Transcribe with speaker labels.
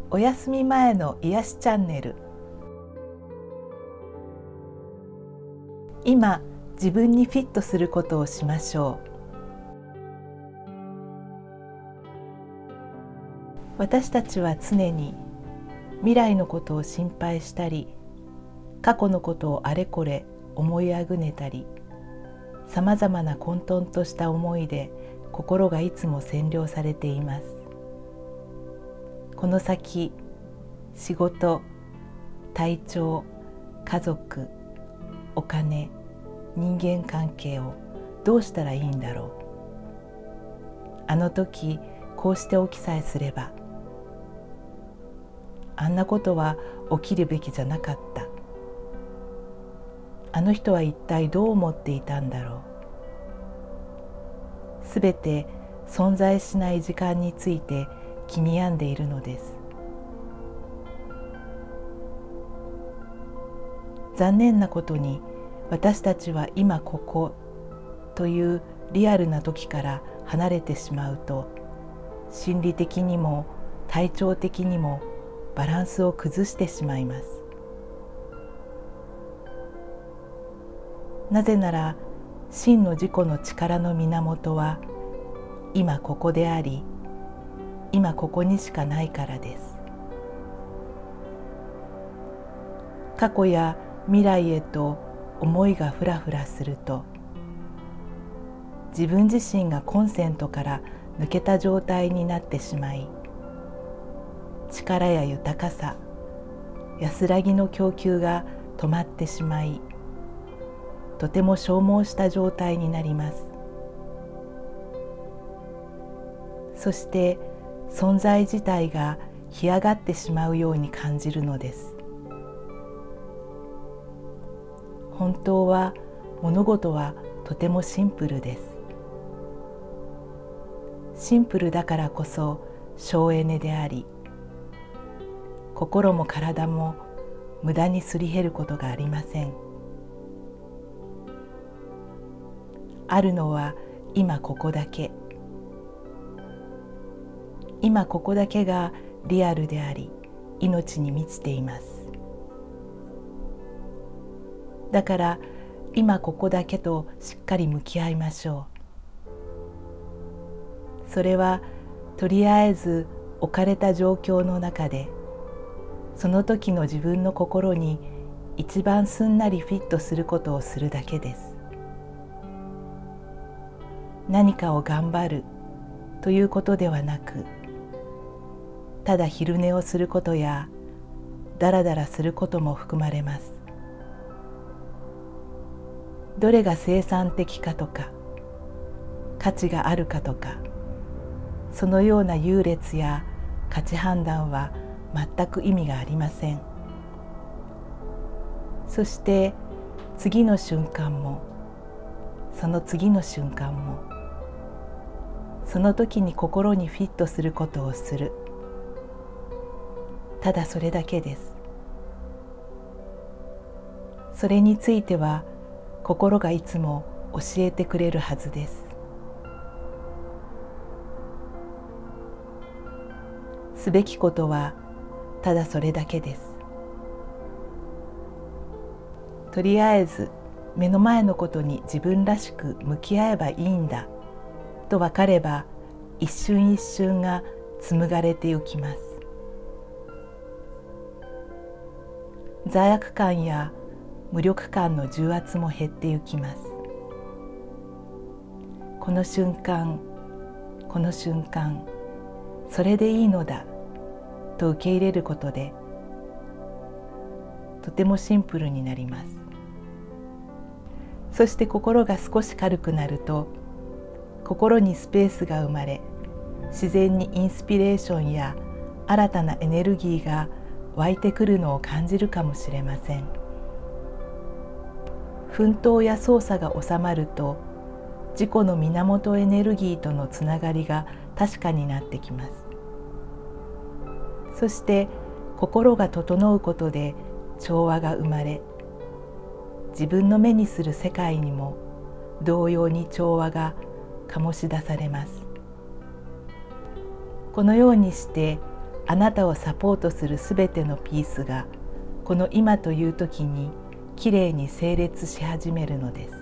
Speaker 1: お休み前の癒しチャンネル。今自分にフィットすることをしましょう。私たちは常に未来のことを心配したり、過去のことをあれこれ思いあぐねたり、さまざまな混沌とした思いで心がいつも占領されています。この先、仕事、体調、家族、お金、人間関係をどうしたらいいんだろう。あの時こうしておきさえすれば、あんなことは起きるべきじゃなかった。あの人は一体どう思っていたんだろう。すべて存在しない時間について気に病んでいるのです。残念なことに、私たちは今ここというリアルな時から離れてしまうと、心理的にも体調的にもバランスを崩してしまいます。なぜなら、真の自己の力の源は今ここであり、今ここにしかないからです。過去や未来へと思いがふらふらすると、自分自身がコンセントから抜けた状態になってしまい、力や豊かさ、安らぎの供給が止まってしまい、とても消耗した状態になります。そして存在自体が干上がってしまうように感じるのです。本当は物事はとてもシンプルです。シンプルだからこそ省エネであり、心も体も無駄にすり減ることがありません。あるのは今ここだけ。今ここだけがリアルであり、命に満ちています。だから今ここだけとしっかり向き合いましょう。それはとりあえず置かれた状況の中で、その時の自分の心に一番すんなりフィットすることをするだけです。何かを頑張るということではなく、ただ昼寝をすることやだらだらすることも含まれます。どれが生産的かとか価値があるかとか、そのような優劣や価値判断は全く意味がありません。そして次の瞬間も、その次の瞬間も、その時に心にフィットすることをする。ただそれだけです。それについては心がいつも教えてくれるはずです。すべきことはただそれだけです。とりあえず目の前のことに自分らしく向き合えばいいんだと分かれば、一瞬一瞬が紡がれてゆきます。罪悪感や無力感の重圧も減ってゆきます。この瞬間、この瞬間、それでいいのだと受け入れることで、とてもシンプルになります。そして心が少し軽くなると、心にスペースが生まれ、自然にインスピレーションや新たなエネルギーが湧いてくるのを感じるかもしれません。奮闘や操作が収まると、自己の源エネルギーとのつながりが確かになってきます。そして心が整うことで調和が生まれ、自分の目にする世界にも同様に調和が醸し出されます。このようにしてあなたをサポートするすべてのピースがこの今という時にきれいに整列し始めるのです。